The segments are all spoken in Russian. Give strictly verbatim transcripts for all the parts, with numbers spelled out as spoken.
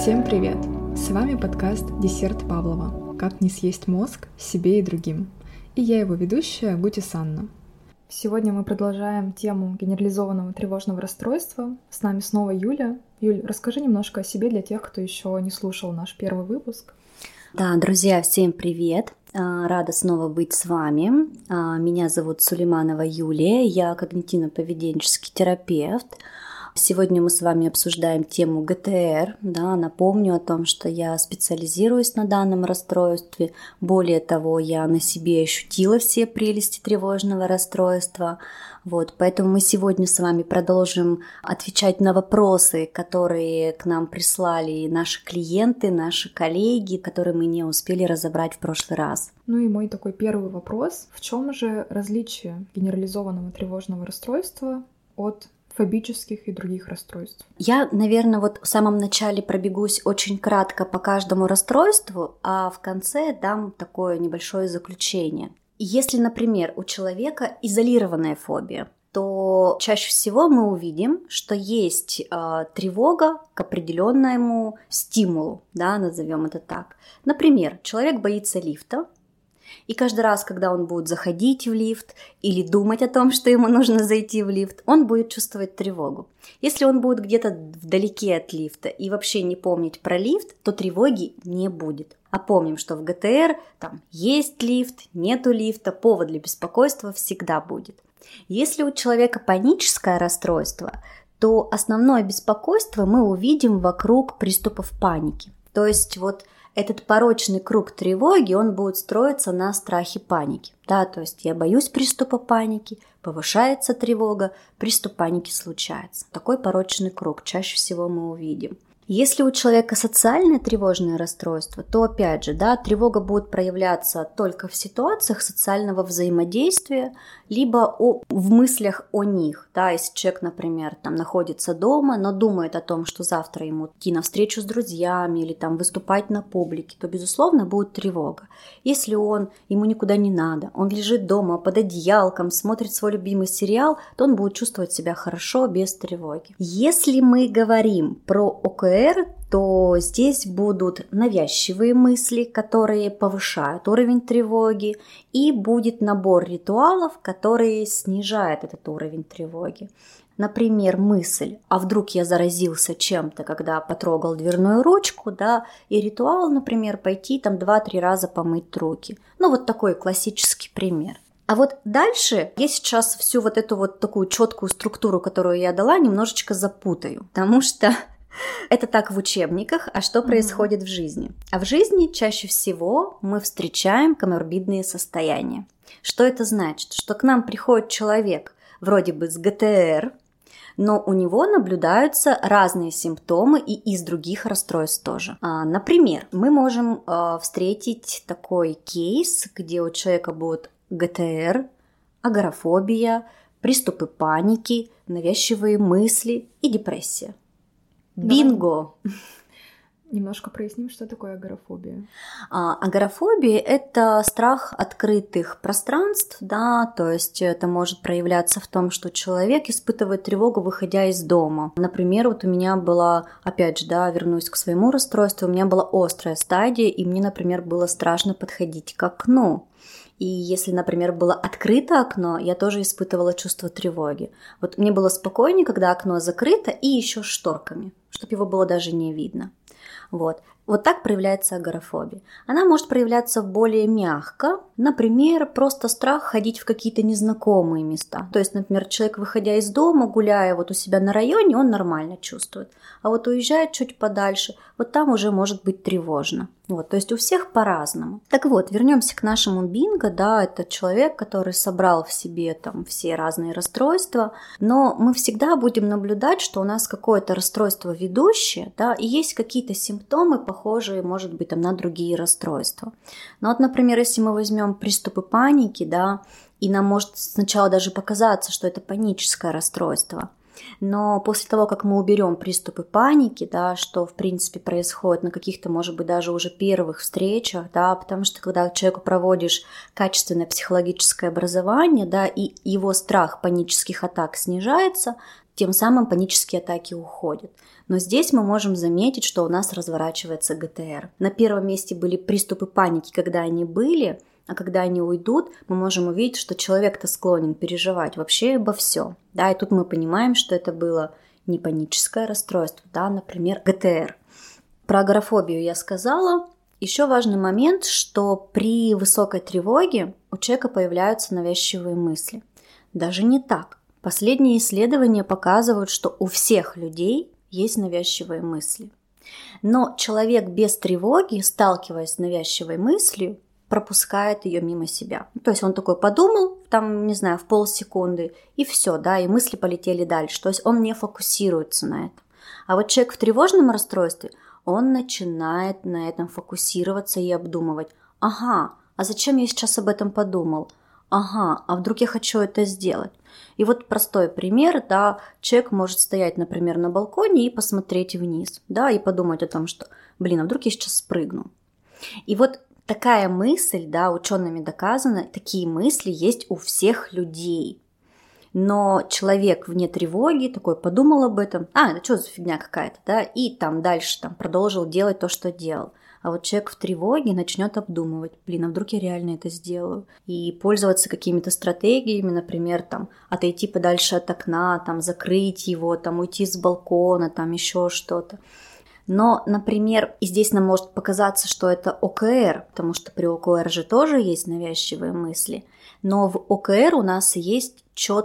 Всем привет! С вами подкаст «Десерт Павлова. Как не съесть мозг себе и другим». И я его ведущая Гутис Анна. Сегодня мы продолжаем тему генерализованного тревожного расстройства. С нами снова Юля. Юль, расскажи немножко о себе для тех, кто еще не слушал наш первый выпуск. Да, друзья, всем привет! Рада снова быть с вами. Меня зовут Сулейманова Юлия, я когнитивно-поведенческий терапевт. Сегодня мы с вами обсуждаем тему гэ тэ эр. Да, напомню о том, что я специализируюсь на данном расстройстве. Более того, я на себе ощутила все прелести тревожного расстройства. Вот, поэтому мы сегодня с вами продолжим отвечать на вопросы, которые к нам прислали наши клиенты, наши коллеги, которые мы не успели разобрать в прошлый раз. Ну и мой такой первый вопрос. В чем же различие генерализованного тревожного расстройства от фобических и других расстройств? Я, наверное, вот в самом начале пробегусь очень кратко по каждому расстройству, а в конце дам такое небольшое заключение. Если, например, у человека изолированная фобия, то чаще всего мы увидим, что есть э, тревога к определенному стимулу, да, назовем это так. Например, человек боится лифта, и каждый раз, когда он будет заходить в лифт или думать о том, что ему нужно зайти в лифт, он будет чувствовать тревогу. Если он будет где-то вдалеке от лифта и вообще не помнить про лифт, то тревоги не будет. А помним, что в гэ тэ эр там есть лифт, нету лифта, повод для беспокойства всегда будет. Если у человека паническое расстройство, то основное беспокойство мы увидим вокруг приступов паники. То есть вот этот порочный круг тревоги, он будет строиться на страхе паники. Да, то есть я боюсь приступа паники, повышается тревога, приступ паники случается. Такой порочный круг чаще всего мы увидим. Если у человека социальное тревожное расстройство, то опять же, да, тревога будет проявляться только в ситуациях социального взаимодействия, либо о, в мыслях о них. Да, если человек, например, там, находится дома, но думает о том, что завтра ему идти на встречу с друзьями или там, выступать на публике, то, безусловно, будет тревога. Если он, ему никуда не надо, он лежит дома под одеялком, смотрит свой любимый сериал, то он будет чувствовать себя хорошо, без тревоги. Если мы говорим про о ка эр, то здесь будут навязчивые мысли, которые повышают уровень тревоги, и будет набор ритуалов, которые снижают этот уровень тревоги. Например, мысль, а вдруг я заразился чем-то, когда потрогал дверную ручку, да, и ритуал, например, пойти там два-три раза помыть руки. Ну, вот такой классический пример. А вот дальше я сейчас всю вот эту вот такую четкую структуру, которую я дала, немножечко запутаю, потому что это так в учебниках, а что происходит mm-hmm. в жизни? А в жизни чаще всего мы встречаем коморбидные состояния. Что это значит? Что к нам приходит человек вроде бы с гэ тэ эр, но у него наблюдаются разные симптомы и из других расстройств тоже. А, например, мы можем а, встретить такой кейс, где у человека будет гэ тэ эр, агорафобия, приступы паники, навязчивые мысли и депрессия. Бинго! Немножко проясним, что такое агорафобия. А, агорафобия – это страх открытых пространств, да, то есть это может проявляться в том, что человек испытывает тревогу, выходя из дома. Например, вот у меня была, опять же, да, вернусь к своему расстройству, у меня была острая стадия, и мне, например, было страшно подходить к окну. И если, например, было открыто окно, я тоже испытывала чувство тревоги. Вот мне было спокойнее, когда окно закрыто и еще шторками, чтобы его было даже не видно. Вот. Вот так проявляется агорафобия. Она может проявляться более мягко, например, просто страх ходить в какие-то незнакомые места. То есть, например, человек, выходя из дома, гуляя вот у себя на районе, он нормально чувствует. А вот уезжает чуть подальше, вот там уже может быть тревожно. Вот, то есть у всех по-разному. Так вот, вернемся к нашему бинго, да, это человек, который собрал в себе там все разные расстройства, но мы всегда будем наблюдать, что у нас какое-то расстройство ведущее, да, и есть какие-то симптомы, похожие, может быть, там, на другие расстройства. Но вот, например, если мы возьмем приступы паники, да, и нам может сначала даже показаться, что это паническое расстройство, но после того, как мы уберем приступы паники, да, что в принципе происходит на каких-то, может быть, даже уже первых встречах, да, потому что когда человеку проводишь качественное психологическое образование, да, и его страх панических атак снижается, Тем самым панические атаки уходят. Но здесь мы можем заметить, что у нас разворачивается ГТР. На первом месте были приступы паники, когда они были, а когда они уйдут, мы можем увидеть, что человек-то склонен переживать вообще обо всем. Да, и тут мы понимаем, что это было не паническое расстройство, да, например, ГТР. Про агорафобию я сказала. Еще важный момент, что при высокой тревоге у человека появляются навязчивые мысли. Даже не так. Последние исследования показывают, что у всех людей есть навязчивые мысли. Но человек без тревоги, сталкиваясь с навязчивой мыслью, пропускает ее мимо себя. То есть он такой подумал, там, не знаю, в полсекунды, и все, да, и мысли полетели дальше. То есть он не фокусируется на этом. А вот человек в тревожном расстройстве, он начинает на этом фокусироваться и обдумывать. Ага, а зачем я сейчас об этом подумал? Ага, а вдруг я хочу это сделать? И вот простой пример, да, человек может стоять, например, на балконе и посмотреть вниз, да, и подумать о том, что, блин, а вдруг я сейчас спрыгну? И вот такая мысль, да, учеными доказано, такие мысли есть у всех людей. Но человек вне тревоги такой подумал об этом, а, это что за фигня какая-то, да, и там дальше там продолжил делать то, что делал. А вот человек в тревоге начнет обдумывать, блин, а вдруг я реально это сделаю? И пользоваться какими-то стратегиями, например, там, отойти подальше от окна, там, закрыть его, там, уйти с балкона, там, еще что-то. Но, например, и здесь нам может показаться, что это ОКР, потому что при ОКР же тоже есть навязчивые мысли. Но в ОКР у нас есть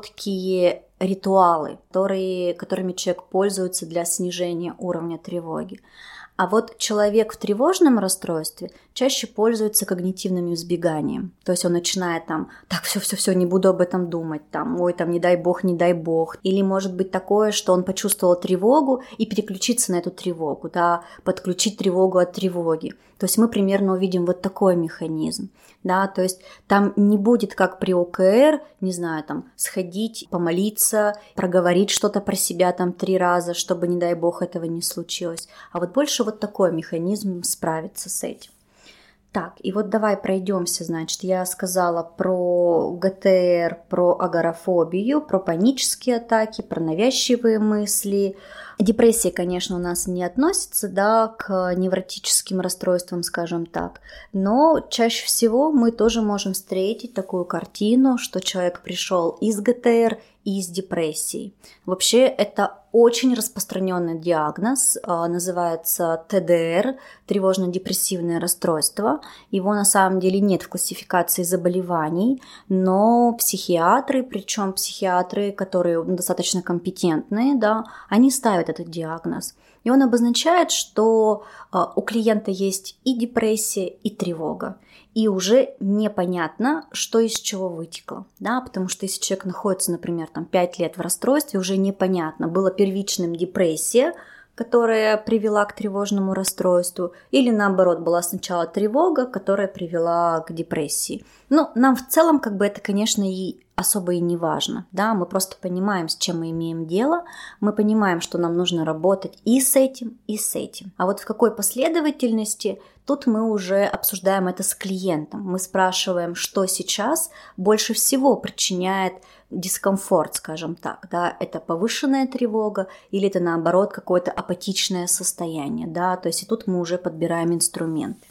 четкие ритуалы, которые, которыми человек пользуется для снижения уровня тревоги. А вот человек в тревожном расстройстве чаще пользуется когнитивным избеганием. То есть он начинает там, так, все-все-все, не буду об этом думать, там, ой, там, не дай бог, не дай бог. Или может быть такое, что он почувствовал тревогу и переключиться на эту тревогу, да, подключить тревогу от тревоги. То есть мы примерно увидим вот такой механизм, да, то есть там не будет, как при ОКР, не знаю, там, сходить, помолиться, проговорить что-то про себя там три раза, чтобы, не дай бог, этого не случилось. А вот больше вот такой механизм справиться с этим. Так, и вот давай пройдемся, значит, я сказала про ГТР, про агорафобию, про панические атаки, про навязчивые мысли. Депрессия, конечно, у нас не относится, да, к невротическим расстройствам, скажем так, но чаще всего мы тоже можем встретить такую картину, что человек пришел из ГТР и из депрессии. Вообще это очень распространенный диагноз, называется ТДР, тревожно-депрессивное расстройство. Его на самом деле нет в классификации заболеваний, но психиатры, причем психиатры, которые достаточно компетентные, да, они ставят этот диагноз. И он обозначает, что у клиента есть и депрессия, и тревога. И уже непонятно, что из чего вытекло, да, потому что если человек находится, например, там пять лет в расстройстве, уже непонятно, было первичным депрессия, которая привела к тревожному расстройству, или наоборот, была сначала тревога, которая привела к депрессии. Ну, нам в целом, как бы это, конечно, и особо и не важно, да, мы просто понимаем, с чем мы имеем дело, мы понимаем, что нам нужно работать и с этим, и с этим. А вот в какой последовательности, тут мы уже обсуждаем это с клиентом. Мы спрашиваем, что сейчас больше всего причиняет дискомфорт, скажем так, да, это повышенная тревога или это наоборот какое-то апатичное состояние, да, то есть и тут мы уже подбираем инструменты.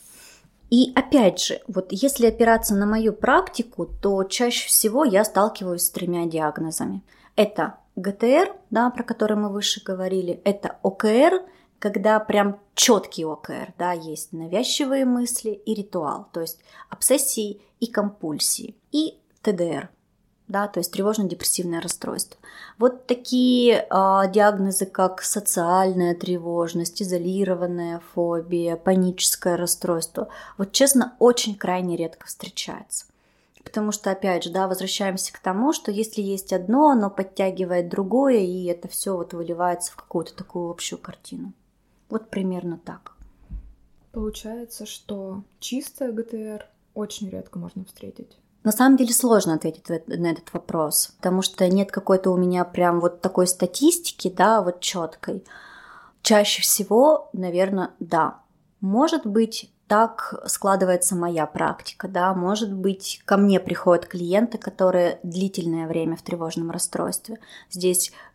И опять же, вот если опираться на мою практику, то чаще всего я сталкиваюсь с тремя диагнозами. Это ГТР, да, про который мы выше говорили, это ОКР, когда прям четкий ОКР, да, есть навязчивые мысли и ритуал, то есть обсессии и компульсии, и ТДР, да, то есть тревожно-депрессивное расстройство. Вот такие э, диагнозы, как социальная тревожность, изолированная фобия, паническое расстройство, вот честно, очень крайне редко встречается. Потому что, опять же, да, возвращаемся к тому, что если есть одно, оно подтягивает другое, и это все вот выливается в какую-то такую общую картину. Вот примерно так. Получается, что чистое ГТР очень редко можно встретить. На самом деле сложно ответить на этот вопрос, потому что нет какой-то у меня прям вот такой статистики, да, вот четкой. Чаще всего, наверное, да. Может быть, так складывается моя практика, да, может быть, ко мне приходят клиенты, которые длительное время в тревожном расстройстве. Здесь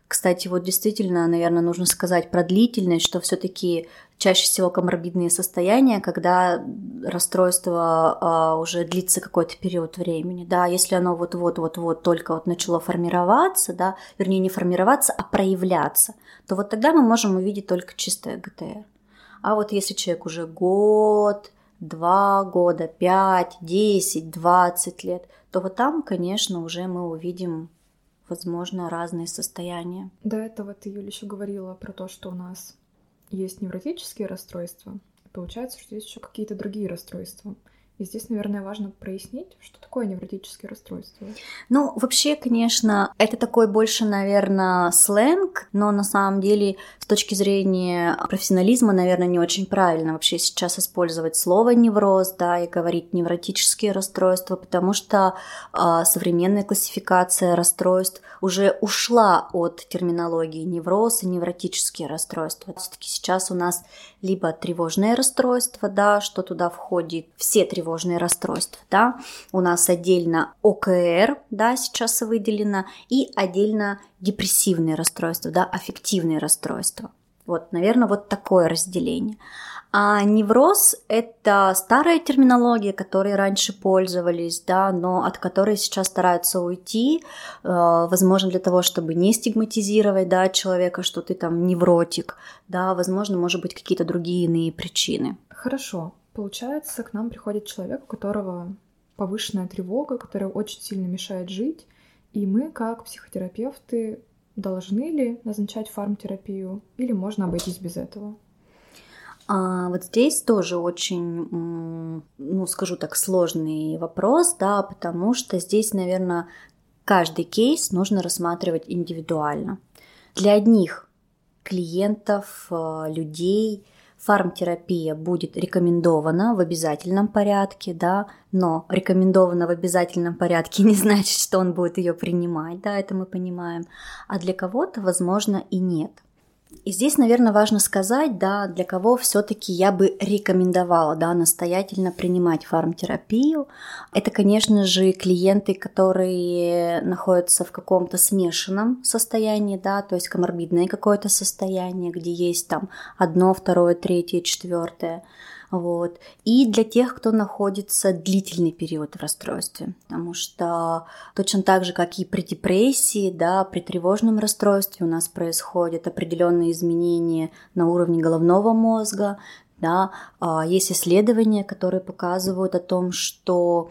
Кстати, вот действительно, наверное, нужно сказать про длительность, что все-таки чаще всего коморбидные состояния, когда расстройство а, уже длится какой-то период времени, да, если оно вот-вот-вот-вот только вот начало формироваться, да, вернее, не формироваться, а проявляться, то вот тогда мы можем увидеть только чистое ГТР. А вот если человек уже год, два года, пять, десять, двадцать лет, то вот там, конечно, уже мы увидим, возможно, разные состояния. До этого ты, Юля, еще говорила про то, что у нас есть невротические расстройства. Получается, что есть еще какие-то другие расстройства. И здесь, наверное, важно прояснить, что такое невротические расстройства. Ну, вообще, конечно, это такой больше, наверное, сленг, но на самом деле с точки зрения профессионализма, наверное, не очень правильно вообще сейчас использовать слово невроз, да, и говорить невротические расстройства, потому что э, современная классификация расстройств уже ушла от терминологии невроз и невротические расстройства. Все-таки сейчас у нас либо тревожное расстройство, да, что туда входит все тревожные тревожные расстройства, да, у нас отдельно ОКР, да, сейчас выделено, и отдельно депрессивные расстройства, да, аффективные расстройства. Вот, наверное, вот такое разделение. А невроз – это старая терминология, которой раньше пользовались, да, но от которой сейчас стараются уйти, возможно, для того, чтобы не стигматизировать, да, человека, что ты там невротик, да, возможно, может быть, какие-то другие иные причины. Хорошо. Получается, к нам приходит человек, у которого повышенная тревога, которая очень сильно мешает жить, и мы, как психотерапевты, должны ли назначать фармтерапию или можно обойтись без этого? А вот здесь тоже очень, ну, скажу так, сложный вопрос, да, потому что здесь, наверное, каждый кейс нужно рассматривать индивидуально. Для одних клиентов, людей фармтерапия будет рекомендована в обязательном порядке, да, но рекомендована в обязательном порядке не значит, что он будет ее принимать, да, это мы понимаем, а для кого-то, возможно, и нет. И здесь, наверное, важно сказать, да, для кого все-таки я бы рекомендовала, да, настоятельно принимать фармтерапию. Это, конечно же, клиенты, которые находятся в каком-то смешанном состоянии, да, то есть коморбидное какое-то состояние, где есть там одно, второе, третье, четвертое. Вот. И для тех, кто находится длительный период в расстройстве, потому что точно так же, как и при депрессии, да, при тревожном расстройстве у нас происходят определенные изменения на уровне головного мозга, да. Есть исследования, которые показывают о том, что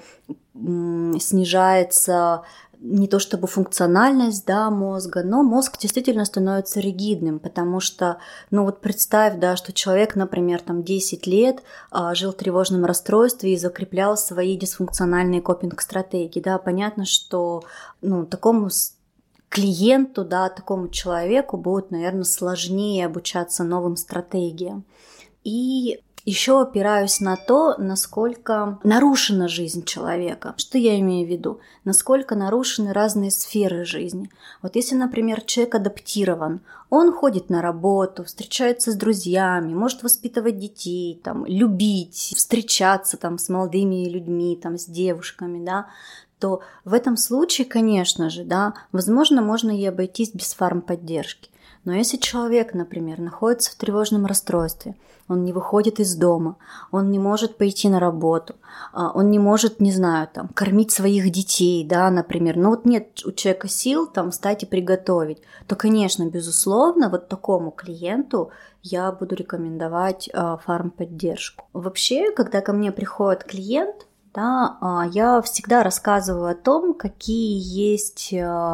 снижается не то чтобы функциональность, да, мозга, но мозг действительно становится ригидным, потому что, ну вот представь, да, что человек, например, там десять лет а, жил в тревожном расстройстве и закреплял свои дисфункциональные копинг-стратегии, да, понятно, что, ну, такому клиенту, да, такому человеку будет, наверное, сложнее обучаться новым стратегиям. И еще опираюсь на то, насколько нарушена жизнь человека. Что я имею в виду? Насколько нарушены разные сферы жизни. Вот если, например, человек адаптирован, он ходит на работу, встречается с друзьями, может воспитывать детей, там, любить, встречаться там, с молодыми людьми, там, с девушками, да, то в этом случае, конечно же, да, возможно, можно и обойтись без фармподдержки. Но если человек, например, находится в тревожном расстройстве, он не выходит из дома, он не может пойти на работу, он не может, не знаю, там, кормить своих детей, да, например, ну вот нет у человека сил там встать и приготовить, то, конечно, безусловно, вот такому клиенту я буду рекомендовать фармподдержку. Вообще, когда ко мне приходит клиент, да, я всегда рассказываю о том, какие есть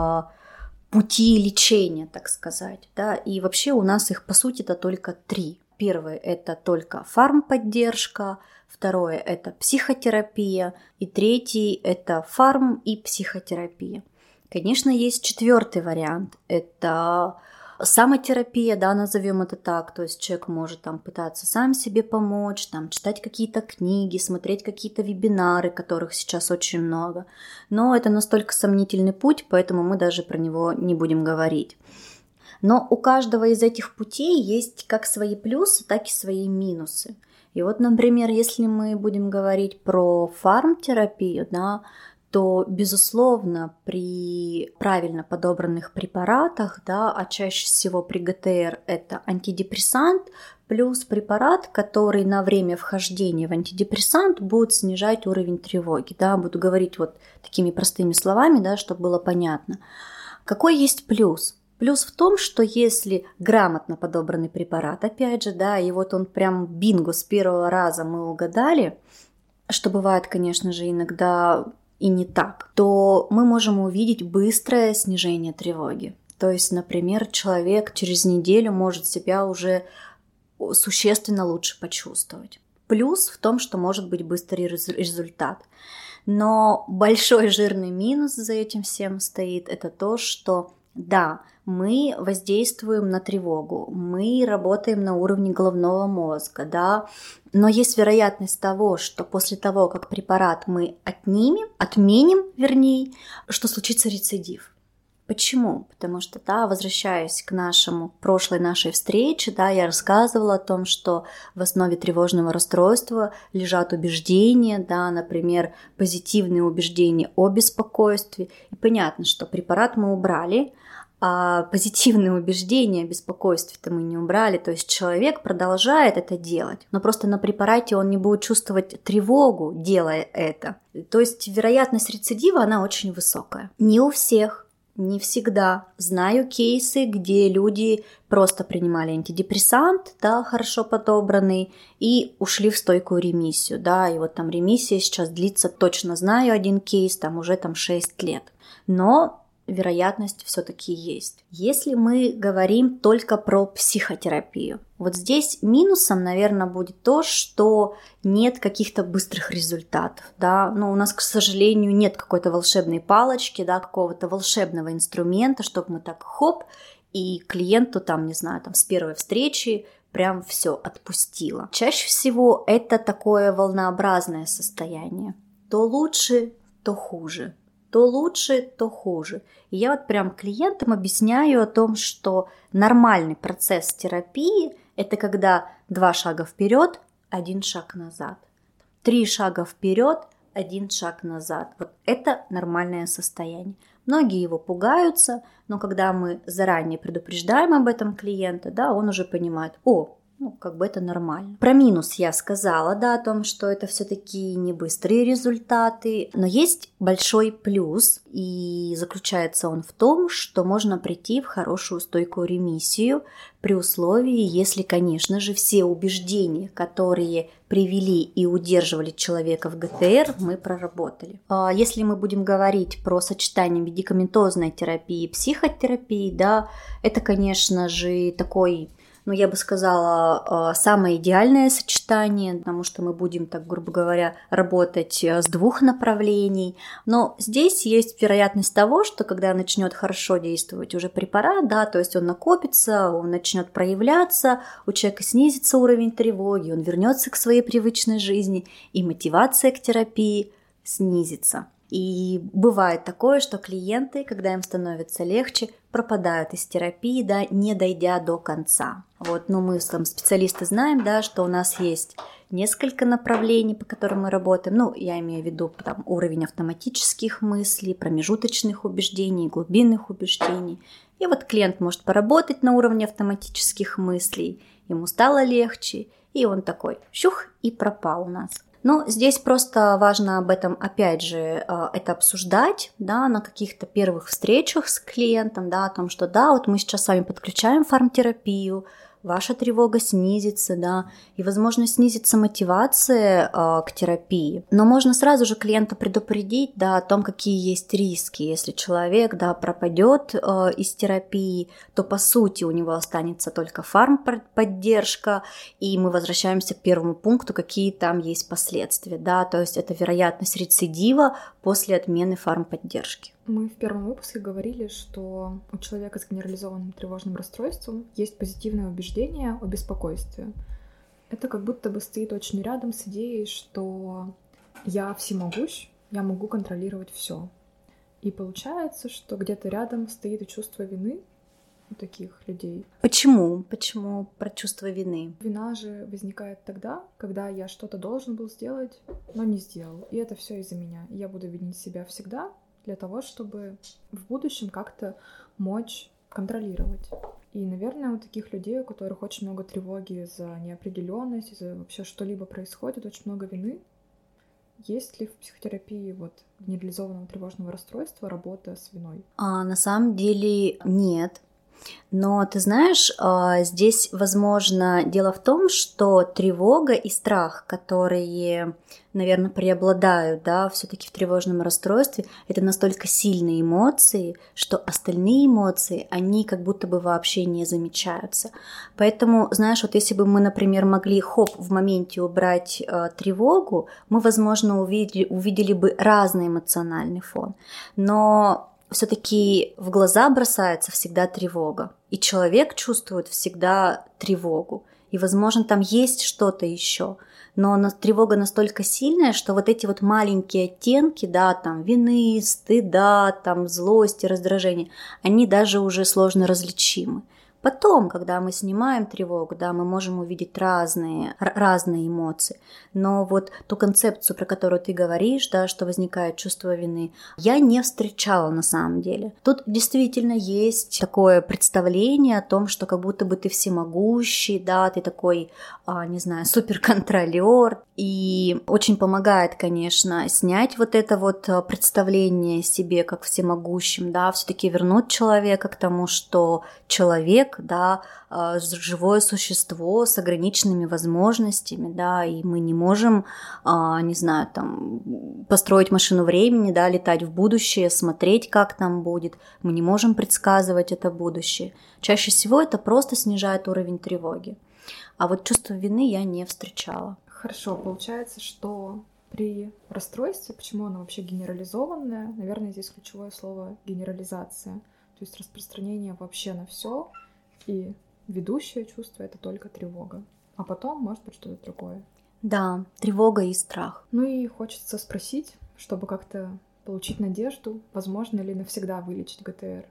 пути лечения, так сказать, да, и вообще у нас их, по сути-то, только три. Первое – это только фармподдержка, второе – это психотерапия, и третий – это фарм и психотерапия. Конечно, есть четвертый вариант – это самотерапия, да, назовем это так, то есть человек может там пытаться сам себе помочь, там читать какие-то книги, смотреть какие-то вебинары, которых сейчас очень много, но это настолько сомнительный путь, поэтому мы даже про него не будем говорить. Но у каждого из этих путей есть как свои плюсы, так и свои минусы. И вот, например, если мы будем говорить про фармтерапию, да, то, безусловно, при правильно подобранных препаратах, да, а чаще всего при ГТР это антидепрессант, плюс препарат, который на время вхождения в антидепрессант будет снижать уровень тревоги. Да, буду говорить вот такими простыми словами, да, чтобы было понятно. Какой есть плюс? Плюс в том, что если грамотно подобранный препарат, опять же, да, и вот он прям бинго с первого раза мы угадали, что бывает, конечно же, иногда и не так, то мы можем увидеть быстрое снижение тревоги. То есть, например, человек через неделю может себя уже существенно лучше почувствовать. Плюс в том, что может быть быстрый результат. Но большой жирный минус за этим всем стоит, это то, что да, мы воздействуем на тревогу, мы работаем на уровне головного мозга, да, но есть вероятность того, что после того, как препарат мы отнимем, отменим, вернее, что случится рецидив. Почему? Потому что, да, возвращаясь к нашему прошлой нашей встрече, да, я рассказывала о том, что в основе тревожного расстройства лежат убеждения, да, например, позитивные убеждения о беспокойстве. И понятно, что препарат мы убрали, а позитивные убеждения о беспокойстве-то мы не убрали, то есть человек продолжает это делать, но просто на препарате он не будет чувствовать тревогу, делая это. То есть вероятность рецидива, она очень высокая. Не у всех, не всегда. Знаю кейсы, где люди просто принимали антидепрессант, да, хорошо подобранный, и ушли в стойкую ремиссию, да, и вот там ремиссия сейчас длится, точно знаю один кейс, там уже там шесть лет. Но вероятность все-таки есть. Если мы говорим только про психотерапию, вот здесь минусом, наверное, будет то, что нет каких-то быстрых результатов, да, но у нас, к сожалению, нет какой-то волшебной палочки, да, какого-то волшебного инструмента, чтобы мы так хоп, и клиенту там, не знаю, там с первой встречи прям все отпустило. Чаще всего это такое волнообразное состояние. То лучше, то хуже. То лучше, то хуже. И я вот прям клиентам объясняю о том, что нормальный процесс терапии – это когда два шага вперед, один шаг назад. Три шага вперед, один шаг назад. Вот это нормальное состояние. Многие его пугаются, но когда мы заранее предупреждаем об этом клиента, да, он уже понимает: о, ну, как бы это нормально. Про минус я сказала, да, о том, что это все-таки не быстрые результаты, но есть большой плюс, и заключается он в том, что можно прийти в хорошую стойкую ремиссию при условии, если, конечно же, все убеждения, которые привели и удерживали человека в ГТР, мы проработали. Если мы будем говорить про сочетание медикаментозной терапии и психотерапии, да, это, конечно же, такой... Ну, я бы сказала, самое идеальное сочетание, потому что мы будем, так грубо говоря, работать с двух направлений. Но здесь есть вероятность того, что когда начнет хорошо действовать уже препарат, да, то есть он накопится, он начнет проявляться, у человека снизится уровень тревоги, он вернется к своей привычной жизни, и мотивация к терапии снизится. И бывает такое, что клиенты, когда им становится легче, пропадают из терапии, да, не дойдя до конца. Вот, ну, мы там специалисты знаем, да, что у нас есть несколько направлений, по которым мы работаем. Ну, я имею в виду там уровень автоматических мыслей, промежуточных убеждений, глубинных убеждений. И вот клиент может поработать на уровне автоматических мыслей, ему стало легче, и он такой щух и пропал у нас. Но здесь просто важно об этом, опять же, это обсуждать, да, на каких-то первых встречах с клиентом, да, о том, что да, вот мы сейчас с вами подключаем фармтерапию, ваша тревога снизится, да, и, возможно, снизится мотивация э, к терапии. Но можно сразу же клиента предупредить, да, о том, какие есть риски. Если человек, да, пропадет э, из терапии, то, по сути, у него останется только фармподдержка, и мы возвращаемся к первому пункту, какие там есть последствия, да, то есть это вероятность рецидива после отмены фармподдержки. Мы в первом выпуске говорили, что у человека с генерализованным тревожным расстройством есть позитивное убеждение о беспокойстве. Это как будто бы стоит очень рядом с идеей, что я всемогущ, я могу контролировать все. И получается, что где-то рядом стоит и чувство вины, у таких людей. Почему? Почему про чувство вины? Вина же возникает тогда, когда я что-то должен был сделать, но не сделал. И это все из-за меня. И я буду винить себя всегда для того, чтобы в будущем как-то мочь контролировать. И, наверное, у таких людей, у которых очень много тревоги за неопределенность, за вообще что-либо происходит, очень много вины. Есть ли в психотерапии вот генерализованного тревожного расстройства работа с виной? А, на самом деле нет. Но ты знаешь, здесь, возможно, дело в том, что тревога и страх, которые, наверное, преобладают, да, все-таки в тревожном расстройстве, это настолько сильные эмоции, что остальные эмоции, они как будто бы вообще не замечаются. Поэтому, знаешь, вот если бы мы, например, могли хоп в моменте убрать э, тревогу, мы, возможно, увидели, увидели бы разный эмоциональный фон. Но все-таки в глаза бросается всегда тревога, и человек чувствует всегда тревогу, и, возможно, там есть что-то еще, но тревога настолько сильная, что вот эти вот маленькие оттенки, да, там вины, стыда, там злости, раздражения, они даже уже сложно различимы. Потом, когда мы снимаем тревогу, да, мы можем увидеть разные, разные эмоции. Но вот ту концепцию, про которую ты говоришь, да, что возникает чувство вины, я не встречала на самом деле. Тут действительно есть такое представление о том, что как будто бы ты всемогущий, да, ты такой, не знаю, суперконтролер. И очень помогает, конечно, снять вот это вот представление о себе как всемогущим, да, все-таки вернуть человека к тому, что человек, да, живое существо с ограниченными возможностями, да, и мы не можем, не знаю, там, построить машину времени, да, летать в будущее, смотреть, как там будет, мы не можем предсказывать это будущее. Чаще всего это просто снижает уровень тревоги. А вот чувство вины я не встречала. Хорошо, получается, что при расстройстве, почему оно вообще генерализованное, наверное, здесь ключевое слово генерализация, то есть распространение вообще на все, и ведущее чувство — это только тревога, а потом может быть что-то другое. Да, тревога и страх. Ну и хочется спросить, чтобы как-то получить надежду, возможно ли навсегда вылечить ГТР.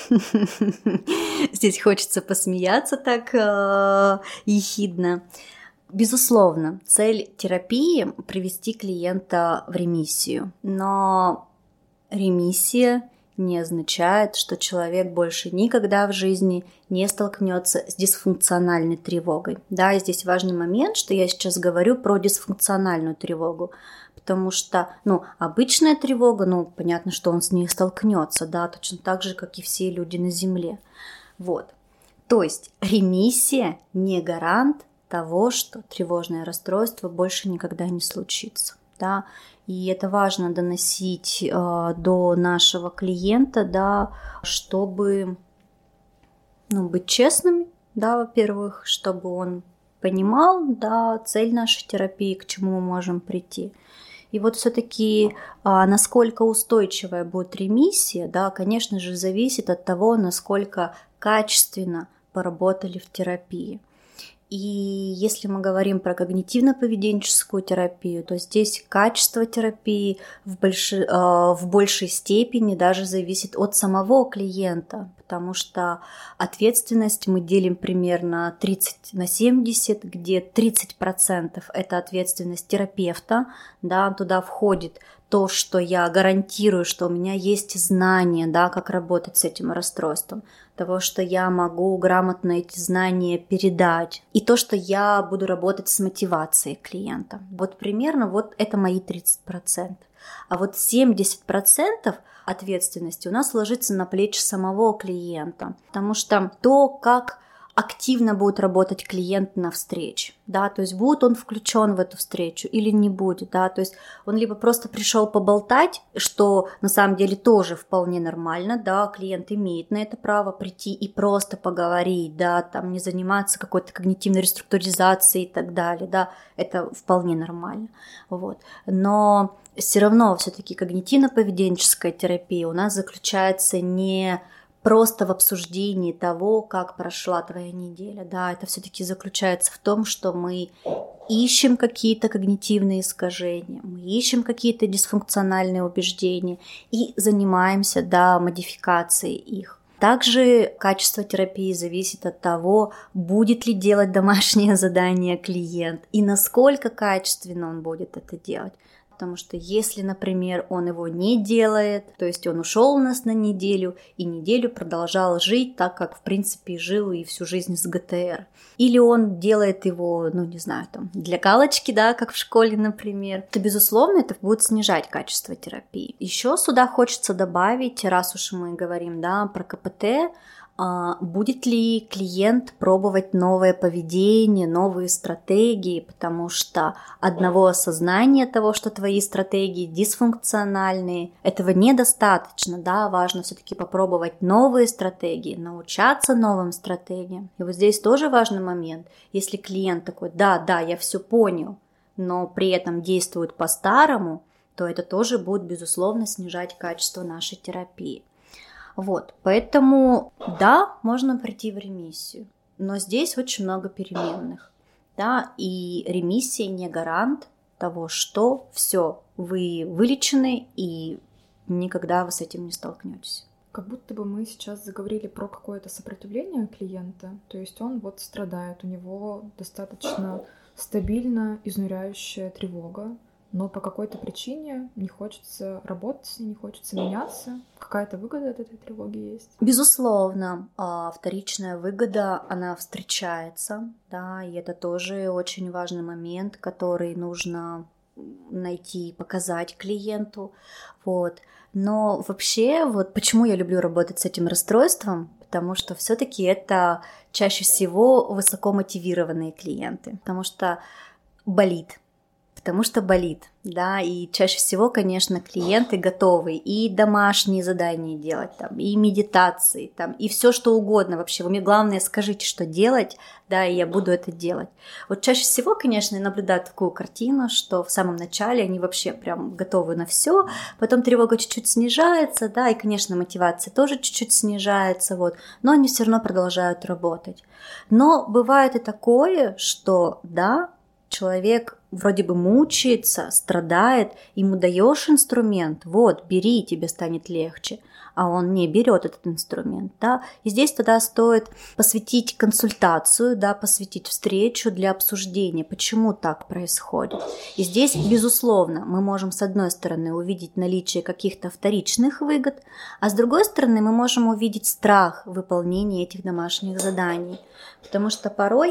Здесь хочется посмеяться так э, ехидно. Безусловно, цель терапии — привести клиента в ремиссию, но ремиссия не означает, что человек больше никогда в жизни не столкнется с дисфункциональной тревогой. Да, и здесь важный момент, что я сейчас говорю про дисфункциональную тревогу, потому что, ну, обычная тревога, ну, понятно, что он с ней столкнется, да, точно так же, как и все люди на Земле. Вот. То есть ремиссия не гарант того, что тревожное расстройство больше никогда не случится, да, и это важно доносить э, до нашего клиента, да, чтобы, ну, быть честными, да, во-первых, чтобы он понимал, да, цель нашей терапии, к чему мы можем прийти. И вот все-таки, э, насколько устойчивая будет ремиссия, да, конечно же, зависит от того, насколько качественно поработали в терапии. И если мы говорим про когнитивно-поведенческую терапию, то здесь качество терапии в, больш... в большей степени даже зависит от самого клиента, потому что ответственность мы делим примерно тридцать на семьдесят, где тридцать процентов это ответственность терапевта, да, туда входит то, что я гарантирую, что у меня есть знания, да, как работать с этим расстройством, того, что я могу грамотно эти знания передать, и то, что я буду работать с мотивацией клиента. Вот примерно вот это мои тридцать процентов. А вот семьдесят процентов ответственности у нас ложится на плечи самого клиента, потому что то, как активно будет работать клиент на встрече, да, то есть будет он включен в эту встречу или не будет, да, то есть он либо просто пришел поболтать, что на самом деле тоже вполне нормально, да, клиент имеет на это право прийти и просто поговорить, да, там не заниматься какой-то когнитивной реструктуризацией и так далее, да, это вполне нормально, вот, но все равно все-таки когнитивно-поведенческая терапия у нас заключается не просто в обсуждении того, как прошла твоя неделя. Да, это все-таки заключается в том, что мы ищем какие-то когнитивные искажения, мы ищем какие-то дисфункциональные убеждения и занимаемся, да, модификацией их. Также качество терапии зависит от того, будет ли делать домашнее задание клиент и насколько качественно он будет это делать. Потому что если, например, он его не делает, то есть он ушел у нас на неделю и неделю продолжал жить так, как в принципе жил и всю жизнь с ГТР. Или он делает его, ну не знаю, там для галочки, да, как в школе, например, то, безусловно, это будет снижать качество терапии. Еще сюда хочется добавить, раз уж мы говорим, да, про КПТ, будет ли клиент пробовать новое поведение, новые стратегии, потому что одного осознания того, что твои стратегии дисфункциональные, этого недостаточно, да, важно все-таки попробовать новые стратегии, научаться новым стратегиям. И вот здесь тоже важный момент, если клиент такой, да, да, я все понял, но при этом действует по-старому, то это тоже будет, безусловно, снижать качество нашей терапии. Вот, поэтому, да, можно прийти в ремиссию, но здесь очень много переменных, да, и ремиссия не гарант того, что все, вы вылечены и никогда вы с этим не столкнетесь. Как будто бы мы сейчас заговорили про какое-то сопротивление клиента, то есть он вот страдает, у него достаточно стабильно изнуряющая тревога, но по какой-то причине не хочется работать с ней, не хочется меняться. Какая-то выгода от этой тревоги есть? Безусловно, вторичная выгода, она встречается, да, и это тоже очень важный момент, который нужно найти и показать клиенту, вот. Но вообще, вот почему я люблю работать с этим расстройством, потому что все-таки это чаще всего высокомотивированные клиенты, потому что болит. Потому что болит, да, и чаще всего, конечно, клиенты готовы и домашние задания делать, там, и медитации, там, и все что угодно вообще. Вы мне главное скажите, что делать, да, и я буду это делать. Вот чаще всего, конечно, я наблюдаю такую картину, что в самом начале они вообще прям готовы на все, потом тревога чуть-чуть снижается, да, и, конечно, мотивация тоже чуть-чуть снижается, вот, но они все равно продолжают работать. Но бывает и такое, что, да, человек вроде бы мучается, страдает, ему даешь инструмент, вот, бери, тебе станет легче, а он не берет этот инструмент, да, и здесь тогда стоит посвятить консультацию, да, посвятить встречу для обсуждения, почему так происходит. И здесь, безусловно, мы можем с одной стороны увидеть наличие каких-то вторичных выгод, а с другой стороны мы можем увидеть страх выполнения этих домашних заданий, потому что порой,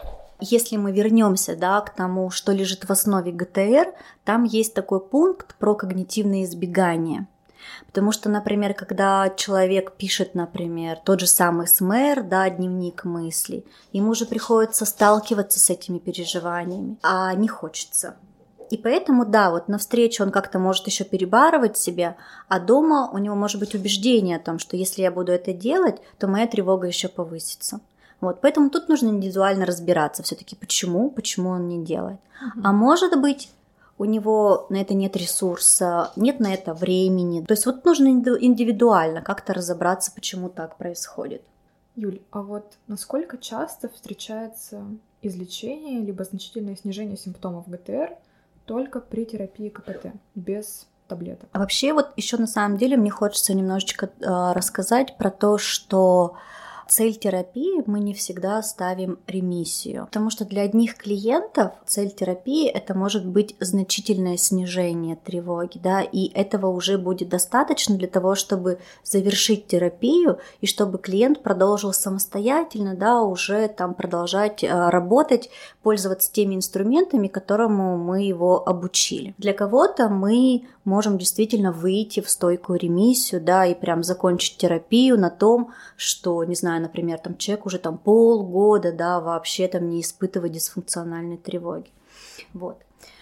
если мы вернемся, да, к тому, что лежит в основе ГТР, там есть такой пункт про когнитивное избегание. Потому что, например, когда человек пишет, например, тот же самый СМЭР, да, дневник мыслей, ему же приходится сталкиваться с этими переживаниями, а не хочется. И поэтому, да, вот на встрече он как-то может еще перебарывать себя, а дома у него может быть убеждение о том, что если я буду это делать, то моя тревога еще повысится. Вот, поэтому тут нужно индивидуально разбираться все-таки, почему, почему он не делает. Mm-hmm. А может быть, у него на это нет ресурса, нет на это времени. То есть вот нужно индивидуально как-то разобраться, почему так происходит. Юль, а вот насколько часто встречается излечение либо значительное снижение симптомов ГТР только при терапии КПТ, без таблеток? А вообще вот еще на самом деле мне хочется немножечко э, рассказать про то, что цель терапии мы не всегда ставим ремиссию, потому что для одних клиентов цель терапии это может быть значительное снижение тревоги, да, и этого уже будет достаточно для того, чтобы завершить терапию и чтобы клиент продолжил самостоятельно, да, уже там продолжать работать, пользоваться теми инструментами, которому мы его обучили. Для кого-то мы можем действительно выйти в стойкую ремиссию, да, и прям закончить терапию на том, что, не знаю, например, там человек уже там полгода, да, вообще там не испытывает дисфункциональной тревоги. Вот.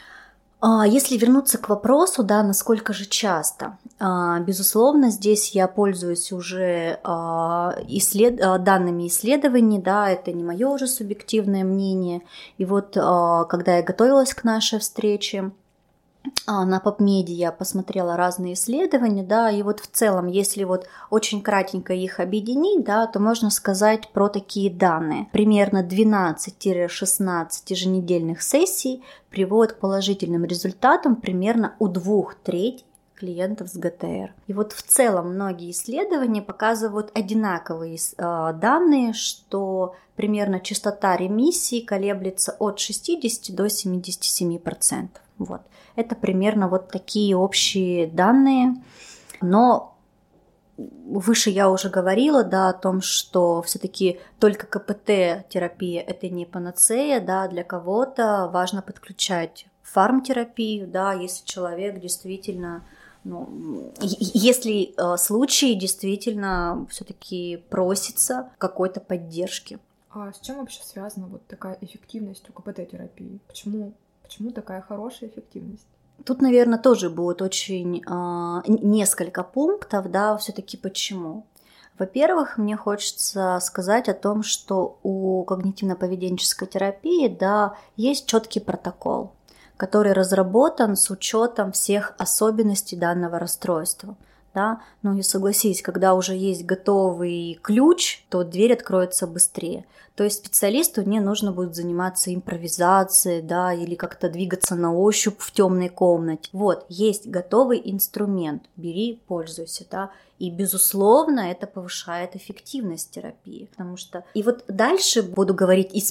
Если вернуться к вопросу, да, насколько же часто, безусловно, здесь я пользуюсь уже исслед... данными исследований, да, это не мое уже субъективное мнение. И вот когда я готовилась к нашей встрече, на PubMed я посмотрела разные исследования, да, и вот в целом, если вот очень кратенько их объединить, да, то можно сказать про такие данные. Примерно двенадцать-шестнадцать еженедельных сессий приводят к положительным результатам примерно у двух третей клиентов с ГТР. И вот в целом многие исследования показывают одинаковые э, данные, что примерно частота ремиссии колеблется от шестидесяти до семидесяти семи процентов. Вот. Это примерно вот такие общие данные. Но выше я уже говорила, да, о том, что все-таки только КПТ-терапия – это не панацея, да, для кого-то важно подключать фармтерапию, да, если человек действительно, ну, если э, случай действительно все-таки просится какой-то поддержки. А с чем вообще связана вот такая эффективность у КПТ-терапии? Почему, почему такая хорошая эффективность? Тут, наверное, тоже будет очень э, несколько пунктов, да, все-таки почему. Во-первых, мне хочется сказать о том, что у когнитивно-поведенческой терапии, да, есть четкий протокол, который разработан с учетом всех особенностей данного расстройства. Да? Ну и согласись, когда уже есть готовый ключ, то дверь откроется быстрее. То есть специалисту не нужно будет заниматься импровизацией, да, или как-то двигаться на ощупь в темной комнате. Вот, есть готовый инструмент, бери, пользуйся, да. И, безусловно, это повышает эффективность терапии, потому что... И вот дальше буду говорить из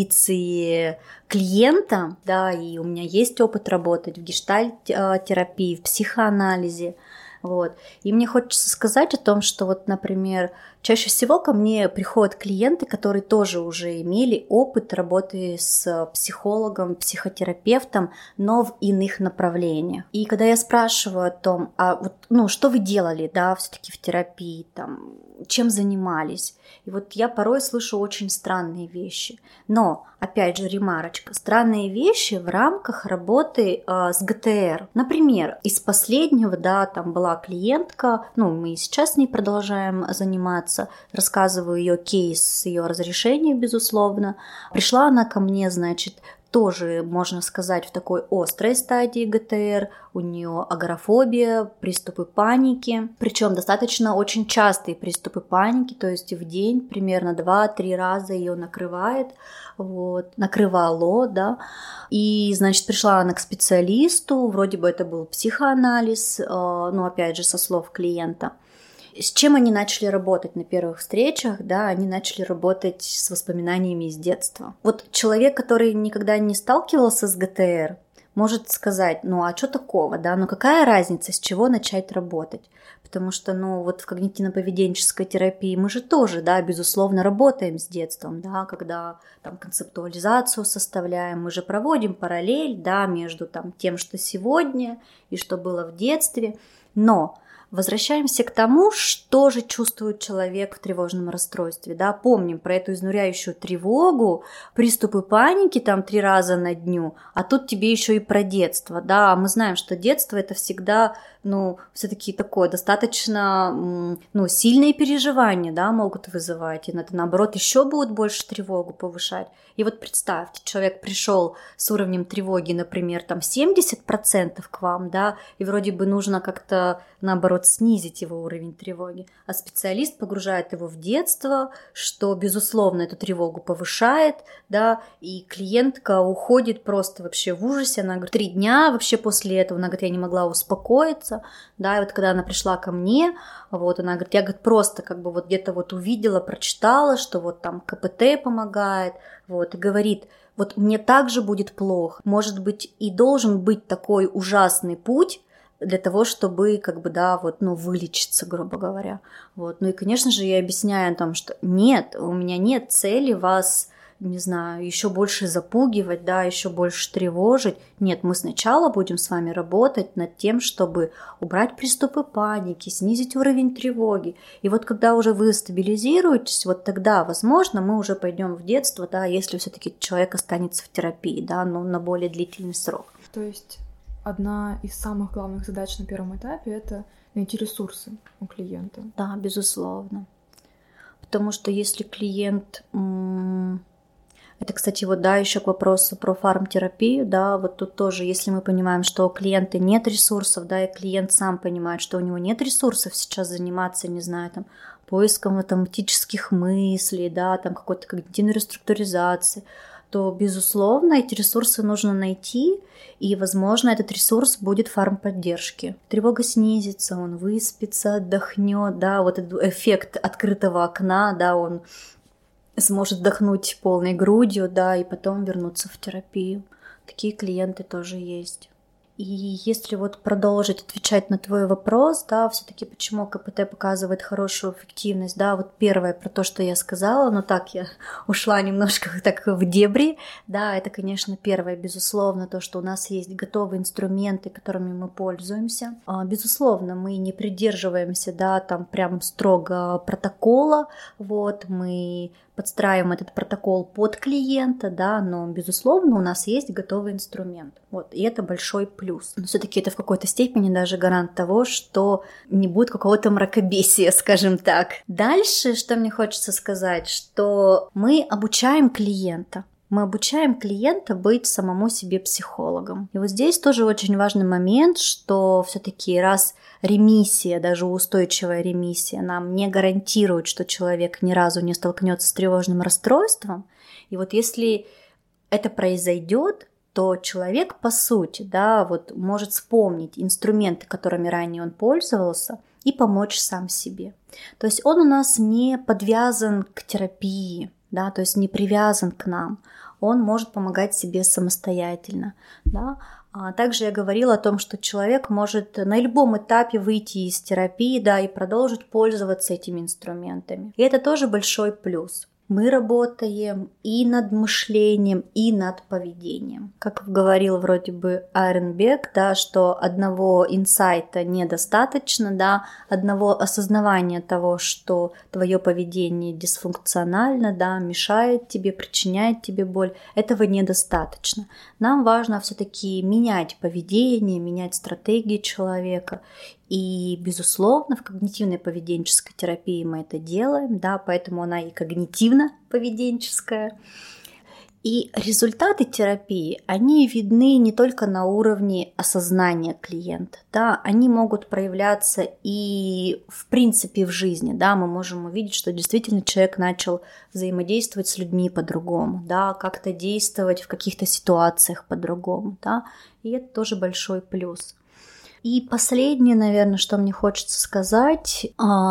позиции клиента, да, и у меня есть опыт работать в гештальт-терапии, в психоанализе, вот. И мне хочется сказать о том, что вот, например, чаще всего ко мне приходят клиенты, которые тоже уже имели опыт работы с психологом, психотерапевтом, но в иных направлениях. И когда я спрашиваю о том, а вот, ну, что вы делали, да, все-таки в терапии, там, чем занимались, и вот я порой слышу очень странные вещи. Но, опять же, ремарочка, странные вещи в рамках работы э, с ГТР. Например, из последнего, да, там была клиентка, ну, мы и сейчас с ней продолжаем заниматься, рассказываю ее кейс с ее разрешением, безусловно. Пришла она ко мне, значит, тоже, можно сказать, в такой острой стадии ГТР, у нее агорафобия, приступы паники, причем достаточно очень частые приступы паники, то есть в день примерно два-три раза ее накрывает, вот, накрывало, да, и, значит, пришла она к специалисту, вроде бы это был психоанализ, ну, опять же, со слов клиента. С чем они начали работать на первых встречах, да, они начали работать с воспоминаниями из детства. Вот человек, который никогда не сталкивался с ГТР, может сказать, ну а что такого, да, ну какая разница, с чего начать работать? Потому что, ну, вот в когнитивно-поведенческой терапии мы же тоже, да, безусловно, работаем с детством, да, когда там концептуализацию составляем, мы же проводим параллель, да, между там тем, что сегодня и что было в детстве, но возвращаемся к тому, что же чувствует человек в тревожном расстройстве. Да? Помним про эту изнуряющую тревогу, приступы паники там три раза на дню, а тут тебе еще и про детство. Да? Мы знаем, что детство это всегда, ну, все-таки такое достаточно, ну, сильные переживания, да, могут вызывать, и это наоборот еще будет больше тревогу повышать. И вот представьте, человек пришел с уровнем тревоги, например, там семьдесят процентов к вам, да, и вроде бы нужно как-то наоборот снизить его уровень тревоги, а специалист погружает его в детство, что, безусловно, эту тревогу повышает, да, и клиентка уходит просто вообще в ужасе, она говорит, три дня вообще после этого, она говорит, я не могла успокоиться, да, и вот когда она пришла ко мне, вот, она говорит, я, говорит, просто как бы вот где-то вот увидела, прочитала, что вот там КПТ помогает, вот, и говорит, вот мне также будет плохо, может быть, и должен быть такой ужасный путь для того, чтобы, как бы, да, вот, ну, вылечиться, грубо говоря, вот, ну, и, конечно же, я объясняю о том, что нет, у меня нет цели вас, не знаю, еще больше запугивать, да, еще больше тревожить. Нет, мы сначала будем с вами работать над тем, чтобы убрать приступы паники, снизить уровень тревоги. И вот когда уже вы стабилизируетесь, вот тогда, возможно, мы уже пойдем в детство, да, если все-таки человек останется в терапии, да, но на более длительный срок. То есть одна из самых главных задач на первом этапе — это найти ресурсы у клиента. Да, безусловно. Потому что если клиент... М- Это, кстати, вот, да, еще к вопросу про фармтерапию, да, вот тут тоже, если мы понимаем, что у клиента нет ресурсов, да, и клиент сам понимает, что у него нет ресурсов сейчас заниматься, не знаю, там, поиском автоматических мыслей, да, там, какой-то когнитивной реструктуризации, то, безусловно, эти ресурсы нужно найти, и, возможно, этот ресурс будет форм поддержки. Тревога снизится, он выспится, отдохнет, да, вот этот эффект открытого окна, да, он сможет вдохнуть полной грудью, да, и потом вернуться в терапию. Такие клиенты тоже есть. И если вот продолжить отвечать на твой вопрос, да, все-таки почему КПТ показывает хорошую эффективность, да, вот первое про то, что я сказала, но так я ушла немножко так в дебри, да, это, конечно, первое, безусловно, то, что у нас есть готовые инструменты, которыми мы пользуемся. Безусловно, мы не придерживаемся, да, там прям строго протокола, вот, мы подстраиваем этот протокол под клиента, да, но, безусловно, у нас есть готовый инструмент. Вот, и это большой плюс. Но все-таки это в какой-то степени даже гарант того, что не будет какого-то мракобесия, скажем так. Дальше, что мне хочется сказать, что мы обучаем клиента. Мы обучаем клиента быть самому себе психологом. И вот здесь тоже очень важный момент, что все-таки раз ремиссия, даже устойчивая ремиссия, нам не гарантирует, что человек ни разу не столкнется с тревожным расстройством. И вот если это произойдет, то человек, по сути, да, вот может вспомнить инструменты, которыми ранее он пользовался, и помочь сам себе. То есть он у нас не подвязан к терапии, да, то есть не привязан к нам. Он может помогать себе самостоятельно, да. А также я говорила о том, что человек может на любом этапе выйти из терапии, да, и продолжить пользоваться этими инструментами. И это тоже большой плюс. Мы работаем и над мышлением, и над поведением. Как говорил вроде бы Айрон Бек, да, что одного инсайта недостаточно, да, одного осознавания того, что твое поведение дисфункционально, да, мешает тебе, причиняет тебе боль, этого недостаточно. Нам важно все-таки менять поведение, менять стратегии человека. И, безусловно, в когнитивно-поведенческой терапии мы это делаем, да, поэтому она и когнитивно-поведенческая. И результаты терапии, они видны не только на уровне осознания клиента, да, они могут проявляться и в принципе в жизни, да, мы можем увидеть, что действительно человек начал взаимодействовать с людьми по-другому, да, как-то действовать в каких-то ситуациях по-другому, да, и это тоже большой плюс. И последнее, наверное, что мне хочется сказать,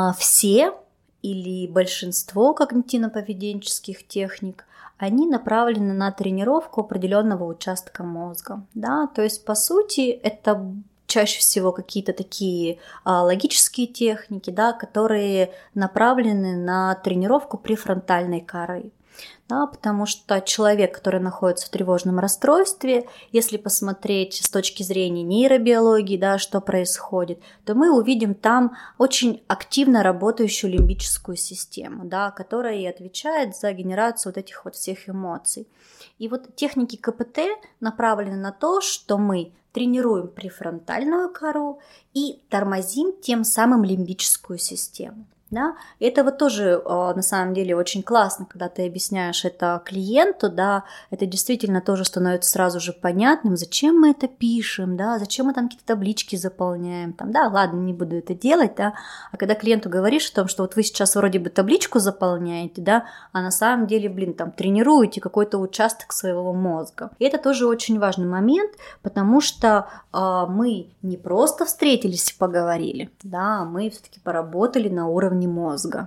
все или большинство когнитивно-поведенческих техник, они направлены на тренировку определенного участка мозга. Да? То есть, по сути, это чаще всего какие-то такие логические техники, да, которые направлены на тренировку префронтальной коры. Да, потому что человек, который находится в тревожном расстройстве, если посмотреть с точки зрения нейробиологии, да, что происходит, то мы увидим там очень активно работающую лимбическую систему, да, которая и отвечает за генерацию вот этих вот всех эмоций. И вот техники КПТ направлены на то, что мы тренируем префронтальную кору и тормозим тем самым лимбическую систему. Да? Это вот тоже на самом деле очень классно, когда ты объясняешь это клиенту, да, это действительно тоже становится сразу же понятным, зачем мы это пишем, да, зачем мы там какие-то таблички заполняем, там, да, ладно, не буду это делать, да, а когда клиенту говоришь о том, что вот вы сейчас вроде бы табличку заполняете, да, а на самом деле, блин, там тренируете какой-то участок своего мозга. И это тоже очень важный момент, потому что э, мы не просто встретились и поговорили, да, мы все-таки поработали на уровне мозга.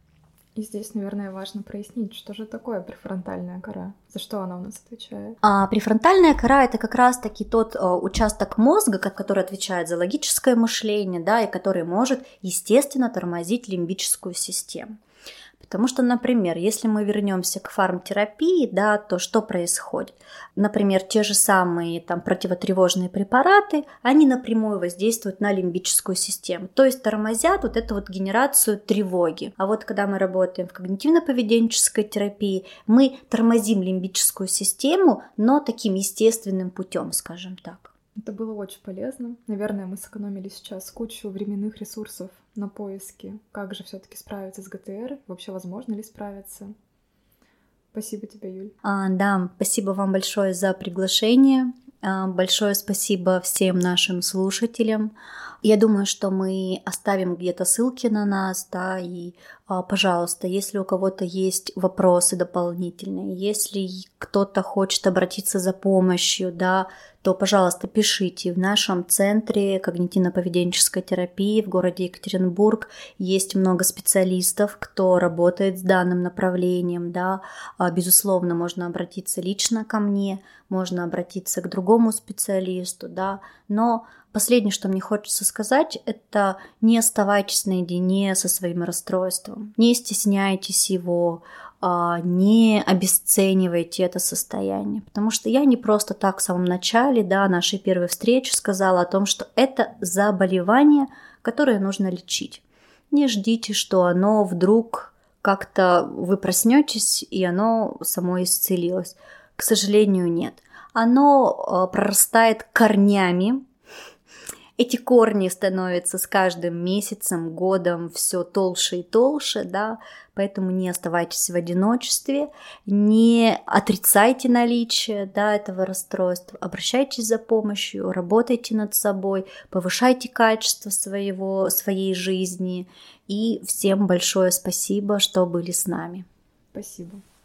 И здесь, наверное, важно прояснить, что же такое префронтальная кора, за что она у нас отвечает. А префронтальная кора — это как раз-таки тот а, участок мозга, который отвечает за логическое мышление, да, и который может, естественно, тормозить лимбическую систему. Потому что, например, если мы вернемся к фармтерапии, да, то что происходит? Например, те же самые там, противотревожные препараты, они напрямую воздействуют на лимбическую систему, то есть тормозят вот эту вот генерацию тревоги. А вот когда мы работаем в когнитивно-поведенческой терапии, мы тормозим лимбическую систему, но таким естественным путем, скажем так. Это было очень полезно. Наверное, мы сэкономили сейчас кучу временных ресурсов на поиски, как же все-таки справиться с ГТР, вообще возможно ли справиться. Спасибо тебе, Юль. А, да, спасибо вам большое за приглашение. А, большое спасибо всем нашим слушателям. Я думаю, что мы оставим где-то ссылки на нас, да, и, пожалуйста, если у кого-то есть вопросы дополнительные, если кто-то хочет обратиться за помощью, да, то, пожалуйста, пишите. В нашем центре когнитивно-поведенческой терапии в городе Екатеринбург есть много специалистов, кто работает с данным направлением, да. Безусловно, можно обратиться лично ко мне, можно обратиться к другому специалисту, да, но последнее, что мне хочется сказать, это не оставайтесь наедине со своим расстройством, не стесняйтесь его, не обесценивайте это состояние, потому что я не просто так в самом начале, да, нашей первой встречи сказала о том, что это заболевание, которое нужно лечить. Не ждите, что оно вдруг как-то вы проснетесь и оно само исцелилось. К сожалению, нет. Оно прорастает корнями. Эти корни становятся с каждым месяцем, годом все толще и толще, да, поэтому не оставайтесь в одиночестве, не отрицайте наличие, да, этого расстройства, обращайтесь за помощью, работайте над собой, повышайте качество своего, своей жизни, и всем большое спасибо, что были с нами. Спасибо.